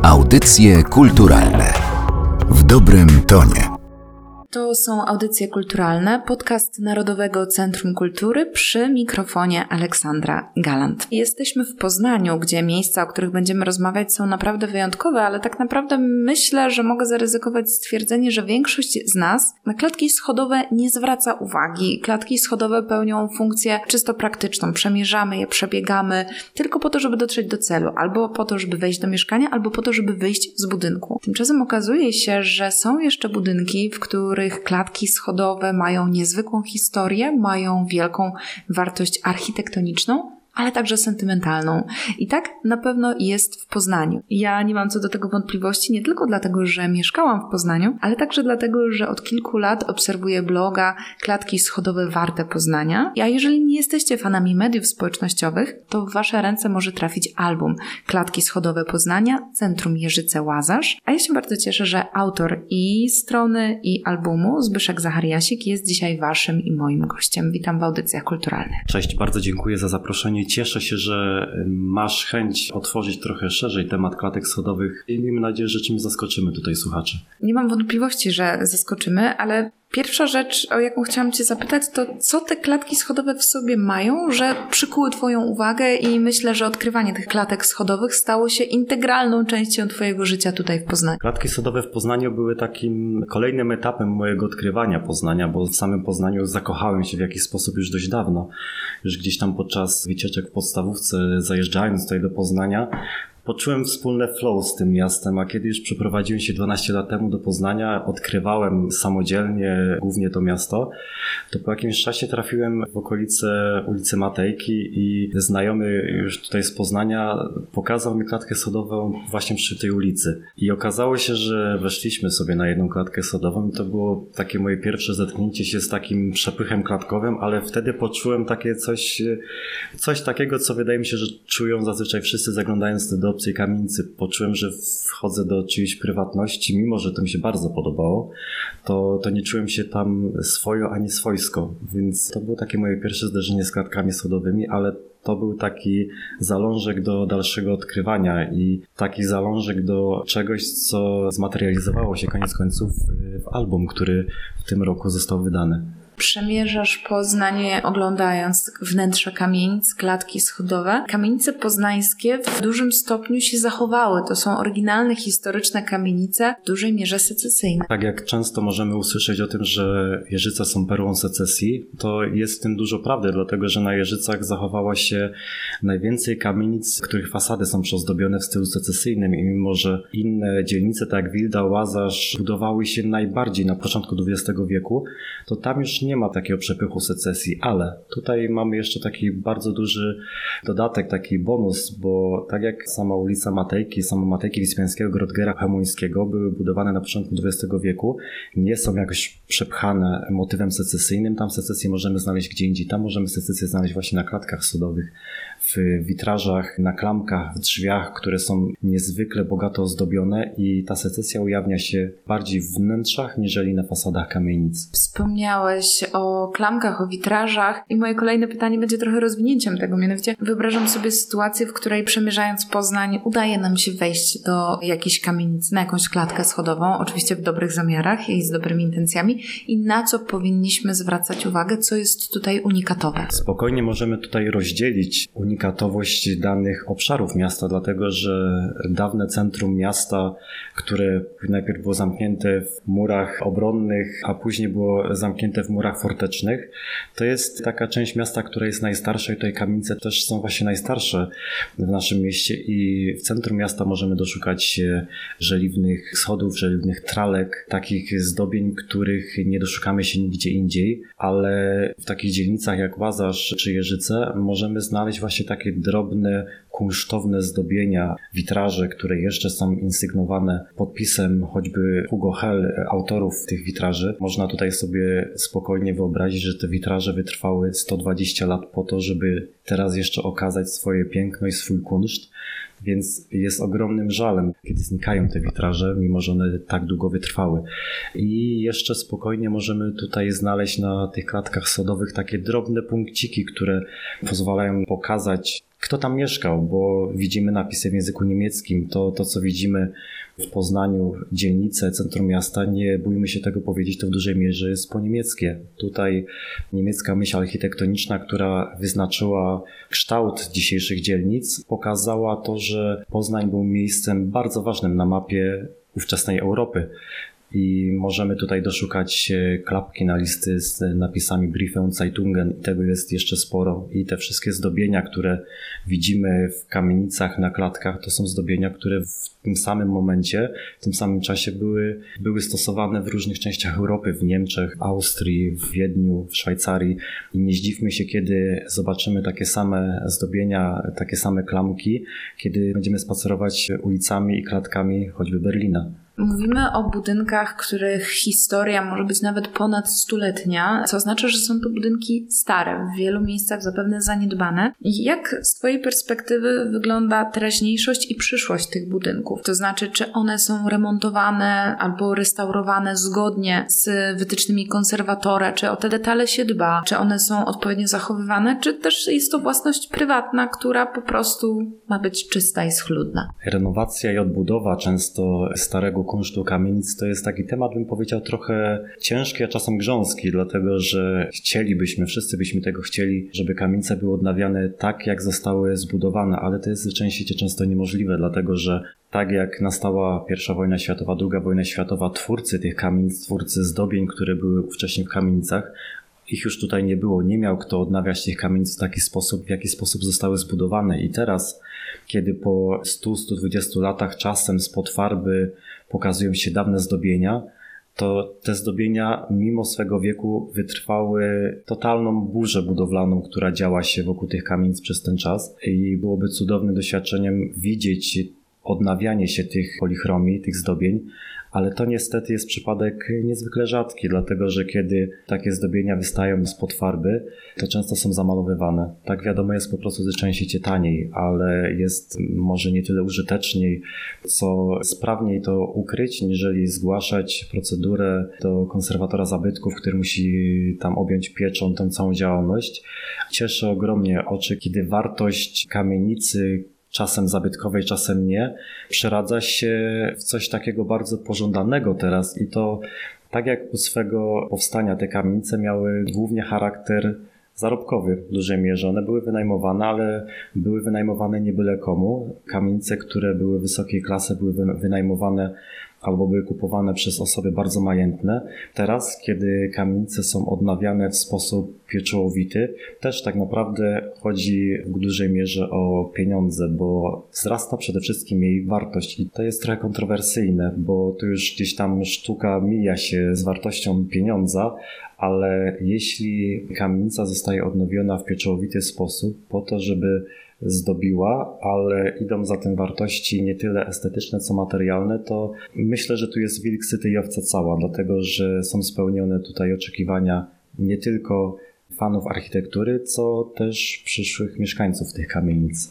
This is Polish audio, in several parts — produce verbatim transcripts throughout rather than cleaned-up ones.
Audycje kulturalne w dobrym tonie. To są audycje kulturalne, podcast Narodowego Centrum Kultury, przy mikrofonie Aleksandra Galant. Jesteśmy w Poznaniu, gdzie miejsca, o których będziemy rozmawiać, są naprawdę wyjątkowe, ale tak naprawdę myślę, że mogę zaryzykować stwierdzenie, że większość z nas na klatki schodowe nie zwraca uwagi. Klatki schodowe pełnią funkcję czysto praktyczną. Przemierzamy je, przebiegamy tylko po to, żeby dotrzeć do celu, albo po to, żeby wejść do mieszkania, albo po to, żeby wyjść z budynku. Tymczasem okazuje się, że są jeszcze budynki, w których klatki schodowe mają niezwykłą historię, mają wielką wartość architektoniczną, ale także sentymentalną. I tak na pewno jest w Poznaniu. Ja nie mam co do tego wątpliwości, nie tylko dlatego, że mieszkałam w Poznaniu, ale także dlatego, że od kilku lat obserwuję bloga Klatki schodowe warte Poznania. A jeżeli nie jesteście fanami mediów społecznościowych, to w wasze ręce może trafić album Klatki schodowe Poznania, Centrum Jeżyce-Łazarz. A ja się bardzo cieszę, że autor i strony, i albumu, Zbyszek Zachariasik, jest dzisiaj waszym i moim gościem. Witam w audycjach kulturalnych. Cześć, bardzo dziękuję za zaproszenie. Cieszę się, że masz chęć otworzyć trochę szerzej temat klatek schodowych i miejmy nadzieję, że czymś zaskoczymy tutaj słuchaczy. Nie mam wątpliwości, że zaskoczymy, ale pierwsza rzecz, o jaką chciałam cię zapytać, to co te klatki schodowe w sobie mają, że przykuły twoją uwagę i myślę, że odkrywanie tych klatek schodowych stało się integralną częścią twojego życia tutaj w Poznaniu. Klatki schodowe w Poznaniu były takim kolejnym etapem mojego odkrywania Poznania, bo w samym Poznaniu zakochałem się w jakiś sposób już dość dawno. Już gdzieś tam podczas wycieczek w podstawówce, zajeżdżając tutaj do Poznania, poczułem wspólne flow z tym miastem, a kiedy już przeprowadziłem się dwanaście lat temu do Poznania, odkrywałem samodzielnie głównie to miasto, to po jakimś czasie trafiłem w okolice ulicy Matejki i znajomy już tutaj z Poznania pokazał mi klatkę schodową właśnie przy tej ulicy. I okazało się, że weszliśmy sobie na jedną klatkę schodową i to było takie moje pierwsze zetknięcie się z takim przepychem klatkowym, ale wtedy poczułem takie coś, coś takiego, co wydaje mi się, że czują zazwyczaj wszyscy zaglądając do obcej kamienicy. Poczułem, że wchodzę do czyjejś prywatności, mimo że to mi się bardzo podobało, to, to nie czułem się tam swojo ani swojsko, więc to było takie moje pierwsze zderzenie z klatkami schodowymi, ale to był taki zalążek do dalszego odkrywania i taki zalążek do czegoś, co zmaterializowało się koniec końców w album, który w tym roku został wydany. Przemierzasz Poznań, oglądając wnętrze kamienic, klatki schodowe. Kamienice poznańskie w dużym stopniu się zachowały. To są oryginalne, historyczne kamienice, w dużej mierze secesyjne. Tak jak często możemy usłyszeć o tym, że Jeżyce są perłą secesji, to jest w tym dużo prawdy, dlatego że na Jeżycach zachowała się najwięcej kamienic, których fasady są przyozdobione w stylu secesyjnym i mimo, że inne dzielnice, tak jak Wilda, Łazarz, budowały się najbardziej na początku dwudziestego wieku, to tam już nie ma takiego przepychu secesji, ale tutaj mamy jeszcze taki bardzo duży dodatek, taki bonus, bo tak jak sama ulica Matejki, sama Matejki Wiśmiańskiego, Grodgera Chełmońskiego były budowane na początku dwudziestego wieku, nie są jakoś przepchane motywem secesyjnym, tam secesję możemy znaleźć gdzie indziej, tam możemy secesję znaleźć właśnie na klatkach schodowych, w witrażach, na klamkach, w drzwiach, które są niezwykle bogato ozdobione i ta secesja ujawnia się bardziej w wnętrzach, niżeli na fasadach kamienic. Wspomniałeś o klamkach, o witrażach i moje kolejne pytanie będzie trochę rozwinięciem tego, mianowicie wyobrażam sobie sytuację, w której przemierzając Poznań udaje nam się wejść do jakiejś kamienicy, na jakąś klatkę schodową, oczywiście w dobrych zamiarach i z dobrymi intencjami, i na co powinniśmy zwracać uwagę, co jest tutaj unikatowe. Spokojnie możemy tutaj rozdzielić unikatowość danych obszarów miasta, dlatego że dawne centrum miasta, które najpierw było zamknięte w murach obronnych, a później było zamknięte w murach fortecznych, to jest taka część miasta, która jest najstarsza i tutaj kamienice też są właśnie najstarsze w naszym mieście i w centrum miasta możemy doszukać się żeliwnych schodów, żeliwnych tralek, takich zdobień, których nie doszukamy się nigdzie indziej, ale w takich dzielnicach jak Łazarz czy Jeżyce możemy znaleźć właśnie takie drobne, kunsztowne zdobienia, witraże, które jeszcze są insygnowane podpisem choćby Hugo Hell, autorów tych witraży. Można tutaj sobie spokojnie wyobrazić, że te witraże wytrwały sto dwadzieścia lat po to, żeby teraz jeszcze okazać swoje piękno i swój kunszt. Więc jest ogromnym żalem, kiedy znikają te witraże, mimo że one tak długo wytrwały. I jeszcze spokojnie możemy tutaj znaleźć na tych klatkach schodowych takie drobne punkciki, które pozwalają pokazać kto tam mieszkał, bo widzimy napisy w języku niemieckim, to, to co widzimy w Poznaniu, dzielnice, centrum miasta, nie bójmy się tego powiedzieć, to w dużej mierze jest po niemieckie. Tutaj niemiecka myśl architektoniczna, która wyznaczyła kształt dzisiejszych dzielnic, pokazała to, że Poznań był miejscem bardzo ważnym na mapie ówczesnej Europy. I możemy tutaj doszukać klapki na listy z napisami Briefe und Zeitungen i tego jest jeszcze sporo. I te wszystkie zdobienia, które widzimy w kamienicach, na klatkach, to są zdobienia, które w tym samym momencie, w tym samym czasie były, były stosowane w różnych częściach Europy, w Niemczech, w Austrii, w Wiedniu, w Szwajcarii. I nie zdziwmy się, kiedy zobaczymy takie same zdobienia, takie same klamki, kiedy będziemy spacerować ulicami i klatkami choćby Berlina. Mówimy o budynkach, których historia może być nawet ponad stuletnia, co oznacza, że są to budynki stare, w wielu miejscach zapewne zaniedbane. Jak z Twojej perspektywy wygląda teraźniejszość i przyszłość tych budynków? To znaczy, czy one są remontowane albo restaurowane zgodnie z wytycznymi konserwatora, czy o te detale się dba, czy one są odpowiednio zachowywane, czy też jest to własność prywatna, która po prostu ma być czysta i schludna? Renowacja i odbudowa często starego kunsztu kamienic to jest taki temat, bym powiedział, trochę ciężki, a czasem grząski, dlatego że chcielibyśmy, wszyscy byśmy tego chcieli, żeby kamienice były odnawiane tak, jak zostały zbudowane, ale to jest rzeczywiście często niemożliwe, dlatego że tak jak nastała pierwsza wojna światowa, druga wojna światowa, twórcy tych kamienic, twórcy zdobień, które były wcześniej w kamienicach, ich już tutaj nie było, nie miał kto odnawiać tych kamienic w taki sposób, w jaki sposób zostały zbudowane. I teraz, kiedy po stu do stu dwudziestu latach czasem spod farby pokazują się dawne zdobienia, to te zdobienia mimo swego wieku wytrwały totalną burzę budowlaną, która działa się wokół tych kamienic przez ten czas. I byłoby cudownym doświadczeniem widzieć odnawianie się tych polichromii, tych zdobień, ale to niestety jest przypadek niezwykle rzadki, dlatego że kiedy takie zdobienia wystają spod farby, to często są zamalowywane. Tak wiadomo, jest po prostu częściej taniej, ale jest może nie tyle użyteczniej, co sprawniej to ukryć, niżeli zgłaszać procedurę do konserwatora zabytków, który musi tam objąć pieczą tę całą działalność. Cieszy ogromnie oczy, kiedy wartość kamienicy, czasem zabytkowej, czasem nie, przeradza się w coś takiego bardzo pożądanego teraz i to tak jak u swego powstania te kamienice miały głównie charakter zarobkowy w dużej mierze. One były wynajmowane, ale były wynajmowane nie byle komu. Kamienice, które były wysokiej klasy, były wynajmowane albo były kupowane przez osoby bardzo majętne. Teraz, kiedy kamienice są odnawiane w sposób pieczołowity, też tak naprawdę chodzi w dużej mierze o pieniądze, bo wzrasta przede wszystkim jej wartość. I to jest trochę kontrowersyjne, bo tu już gdzieś tam sztuka mija się z wartością pieniądza, ale jeśli kamienica zostaje odnowiona w pieczołowity sposób po to, żeby zdobiła, ale idą za tym wartości nie tyle estetyczne, co materialne, to myślę, że tu jest wilk syty i owca cała, dlatego że są spełnione tutaj oczekiwania nie tylko fanów architektury, co też przyszłych mieszkańców tych kamienic.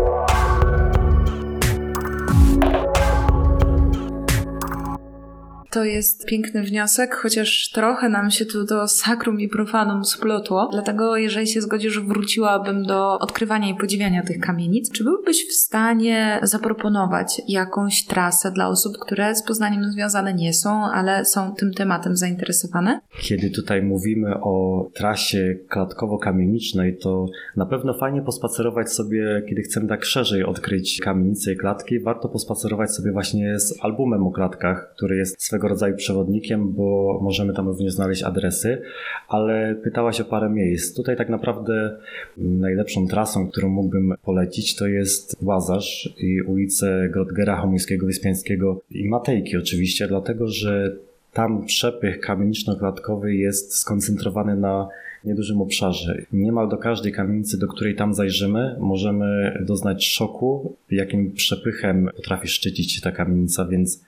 To jest piękny wniosek, chociaż trochę nam się tu do sacrum i profanum splotło. Dlatego, jeżeli się zgodzisz, wróciłabym do odkrywania i podziwiania tych kamienic. Czy byłbyś w stanie zaproponować jakąś trasę dla osób, które z Poznaniem związane nie są, ale są tym tematem zainteresowane? Kiedy tutaj mówimy o trasie klatkowo-kamienicznej, to na pewno fajnie pospacerować sobie, kiedy chcemy tak szerzej odkryć kamienice i klatki, warto pospacerować sobie właśnie z albumem o klatkach, który jest swego rodzaju przewodnikiem, bo możemy tam również znaleźć adresy, ale pytałaś o parę miejsc. Tutaj tak naprawdę najlepszą trasą, którą mógłbym polecić, to jest Łazarz i ulice Grodgera, Chomuńskiego, Wyspiańskiego i Matejki oczywiście, dlatego że tam przepych kamieniczno-klatkowy jest skoncentrowany na niedużym obszarze. Niemal do każdej kamienicy, do której tam zajrzymy, możemy doznać szoku, jakim przepychem potrafi szczycić się ta kamienica, więc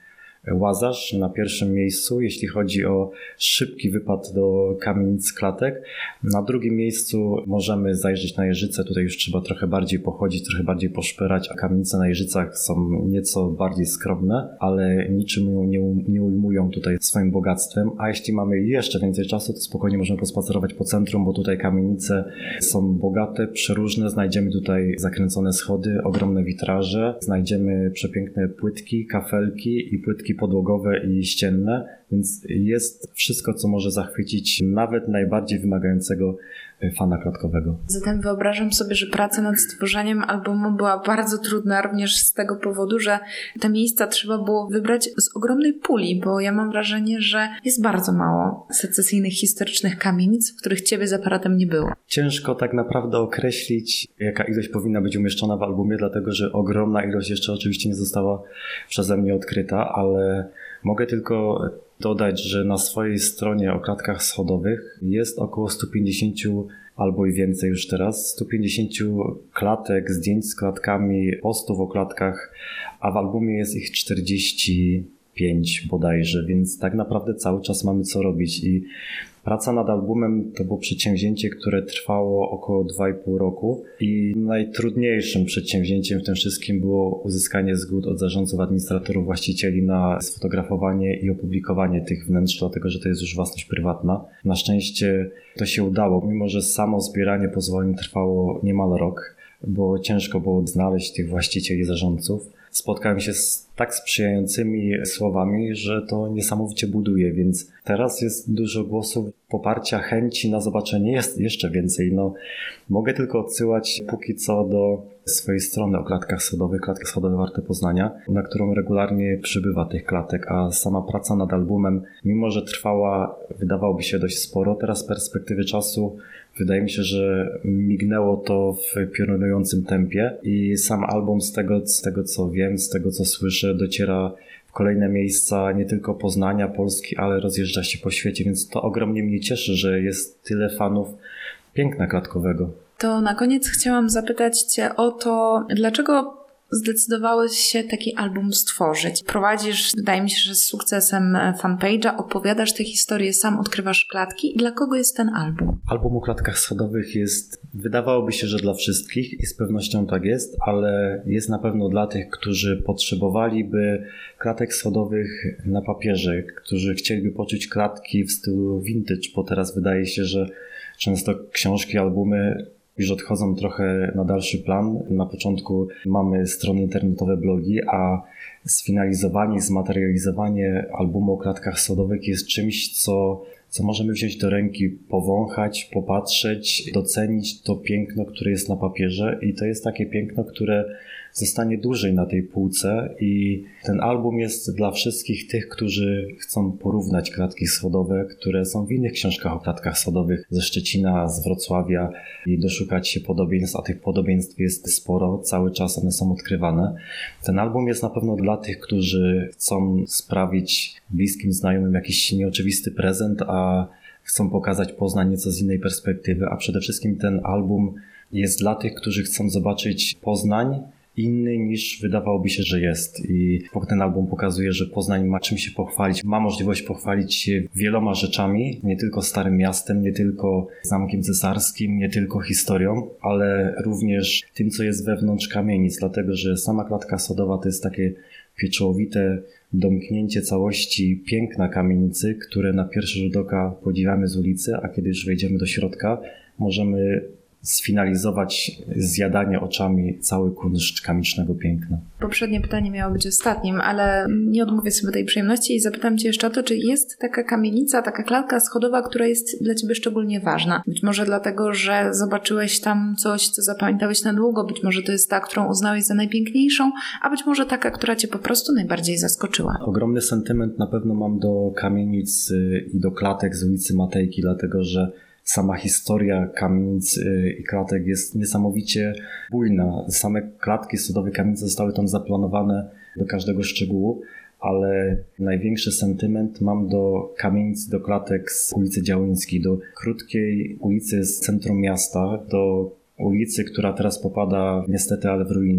Łazarz na pierwszym miejscu, jeśli chodzi o szybki wypad do kamienic klatek. Na drugim miejscu możemy zajrzeć na Jeżyce, tutaj już trzeba trochę bardziej pochodzić, trochę bardziej poszperać, a kamienice na Jeżycach są nieco bardziej skromne, ale niczym nie, nie ujmują tutaj swoim bogactwem, a jeśli mamy jeszcze więcej czasu, to spokojnie możemy pospacerować po centrum, bo tutaj kamienice są bogate, przeróżne, znajdziemy tutaj zakręcone schody, ogromne witraże, znajdziemy przepiękne płytki, kafelki i płytki podłogowe i ścienne, więc jest wszystko, co może zachwycić nawet najbardziej wymagającego fana klatkowego. Zatem wyobrażam sobie, że praca nad stworzeniem albumu była bardzo trudna również z tego powodu, że te miejsca trzeba było wybrać z ogromnej puli, bo ja mam wrażenie, że jest bardzo mało secesyjnych, historycznych kamienic, w których ciebie z aparatem nie było. Ciężko tak naprawdę określić, jaka ilość powinna być umieszczona w albumie, dlatego że ogromna ilość jeszcze oczywiście nie została przeze mnie odkryta, ale mogę tylko dodać, że na swojej stronie o klatkach schodowych jest około sto pięćdziesiąt albo i więcej już teraz, sto pięćdziesiąt klatek, zdjęć z klatkami, postów o klatkach, a w albumie jest ich czterdzieści pięć bodajże, więc tak naprawdę cały czas mamy co robić i praca nad albumem to było przedsięwzięcie, które trwało około dwa i pół roku i najtrudniejszym przedsięwzięciem w tym wszystkim było uzyskanie zgód od zarządców, administratorów, właścicieli na sfotografowanie i opublikowanie tych wnętrz, dlatego że to jest już własność prywatna. Na szczęście to się udało, mimo że samo zbieranie pozwoleń trwało niemal rok, bo ciężko było znaleźć tych właścicieli, zarządców. Spotkałem się z tak sprzyjającymi słowami, że to niesamowicie buduje, więc teraz jest dużo głosów poparcia, chęci na zobaczenie, jest jeszcze więcej. No, mogę tylko odsyłać póki co do swojej strony o klatkach schodowych, klatki schodowe warte poznania, na którą regularnie przybywa tych klatek, a sama praca nad albumem, mimo że trwała, wydawałoby się dość sporo, teraz z perspektywy czasu wydaje mi się, że mignęło to w piorunującym tempie i sam album z tego, z tego co wiem, z tego co słyszę, dociera w kolejne miejsca nie tylko Poznania, Polski, ale rozjeżdża się po świecie, więc to ogromnie mnie cieszy, że jest tyle fanów piękna klatkowego. To na koniec chciałam zapytać Cię o to, dlaczego zdecydowałeś się taki album stworzyć. Prowadzisz, wydaje mi się, że z sukcesem fanpage'a, opowiadasz te historie, sam odkrywasz klatki. I dla kogo jest ten album? Album o klatkach schodowych jest, wydawałoby się, że dla wszystkich i z pewnością tak jest, ale jest na pewno dla tych, którzy potrzebowaliby klatek schodowych na papierze, którzy chcieliby poczuć klatki w stylu vintage, bo teraz wydaje się, że często książki, albumy już odchodzą trochę na dalszy plan. Na początku mamy strony internetowe, blogi, a sfinalizowanie, zmaterializowanie albumu o klatkach schodowych jest czymś, co, co możemy wziąć do ręki, powąchać, popatrzeć, docenić to piękno, które jest na papierze i to jest takie piękno, które zostanie dłużej na tej półce i ten album jest dla wszystkich tych, którzy chcą porównać klatki schodowe, które są w innych książkach o klatkach schodowych ze Szczecina, z Wrocławia i doszukać się podobieństw, a tych podobieństw jest sporo, cały czas one są odkrywane. Ten album jest na pewno dla tych, którzy chcą sprawić bliskim znajomym jakiś nieoczywisty prezent, a chcą pokazać Poznań nieco z innej perspektywy, a przede wszystkim ten album jest dla tych, którzy chcą zobaczyć Poznań inny niż wydawałoby się, że jest. I ten album pokazuje, że Poznań ma czym się pochwalić, ma możliwość pochwalić się wieloma rzeczami, nie tylko Starym Miastem, nie tylko Zamkiem Cesarskim, nie tylko historią, ale również tym, co jest wewnątrz kamienic, dlatego że sama klatka schodowa to jest takie pieczołowite domknięcie całości piękna kamienicy, które na pierwszy rzut oka podziwiamy z ulicy, a kiedy już wejdziemy do środka, możemy sfinalizować zjadanie oczami cały kunszt kamicznego piękna. Poprzednie pytanie miało być ostatnim, ale nie odmówię sobie tej przyjemności i zapytam Cię jeszcze o to, czy jest taka kamienica, taka klatka schodowa, która jest dla Ciebie szczególnie ważna. Być może dlatego, że zobaczyłeś tam coś, co zapamiętałeś na długo, być może to jest ta, którą uznałeś za najpiękniejszą, a być może taka, która Cię po prostu najbardziej zaskoczyła. Ogromny sentyment na pewno mam do kamienic i do klatek z ulicy Matejki, dlatego że sama historia kamienic i klatek jest niesamowicie bujna. Same klatki schodowe kamienice zostały tam zaplanowane do każdego szczegółu, ale największy sentyment mam do kamienic, do klatek z ulicy Działyńskiej, do krótkiej ulicy z centrum miasta, do ulicy, która teraz popada niestety ale w ruinę,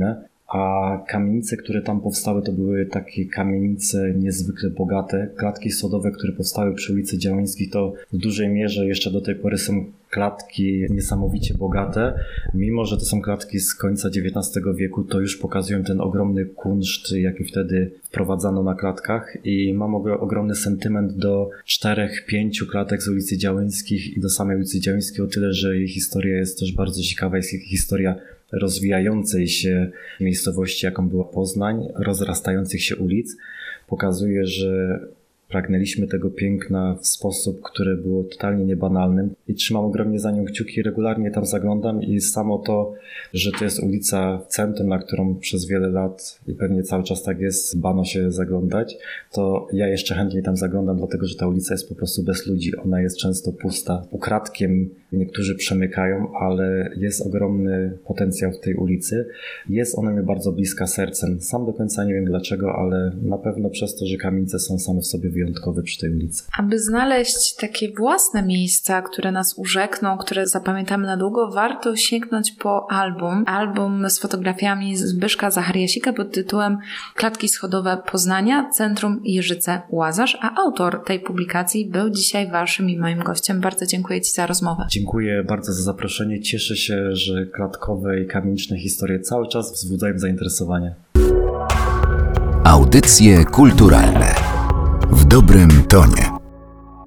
a kamienice, które tam powstały, to były takie kamienice niezwykle bogate. Klatki schodowe, które powstały przy ulicy Działyńskich, to w dużej mierze jeszcze do tej pory są klatki niesamowicie bogate. Mimo że to są klatki z końca dziewiętnastego wieku, to już pokazują ten ogromny kunszt, jaki wtedy wprowadzano na klatkach i mam ogromny sentyment do czterech, pięciu klatek z ulicy Działyńskich i do samej ulicy Działyńskiej o tyle, że jej historia jest też bardzo ciekawa. Jest historia rozwijającej się miejscowości, jaką była Poznań, rozrastających się ulic. Pokazuje, że pragnęliśmy tego piękna w sposób, który był totalnie niebanalnym i trzymam ogromnie za nią kciuki, regularnie tam zaglądam i samo to, że to jest ulica w centrum, na którą przez wiele lat i pewnie cały czas tak jest, bano się zaglądać, to ja jeszcze chętniej tam zaglądam, dlatego że ta ulica jest po prostu bez ludzi. Ona jest często pusta. Ukradkiem niektórzy przemykają, ale jest ogromny potencjał w tej ulicy. Jest ona mi bardzo bliska sercem. Sam do końca nie wiem dlaczego, ale na pewno przez to, że kamienice są same w sobie wyjątkowe przy tej ulicy. Aby znaleźć takie własne miejsca, które nas urzekną, które zapamiętamy na długo, warto sięgnąć po album. Album z fotografiami Zbyszka Zachariasika pod tytułem Klatki schodowe Poznania, Centrum Jeżyce-Łazarz, a autor tej publikacji był dzisiaj waszym i moim gościem. Bardzo dziękuję ci za rozmowę. Dziękuję bardzo za zaproszenie. Cieszę się, że klatkowe i kamieniczne historie cały czas wzbudzają zainteresowanie. Audycje kulturalne w dobrym tonie.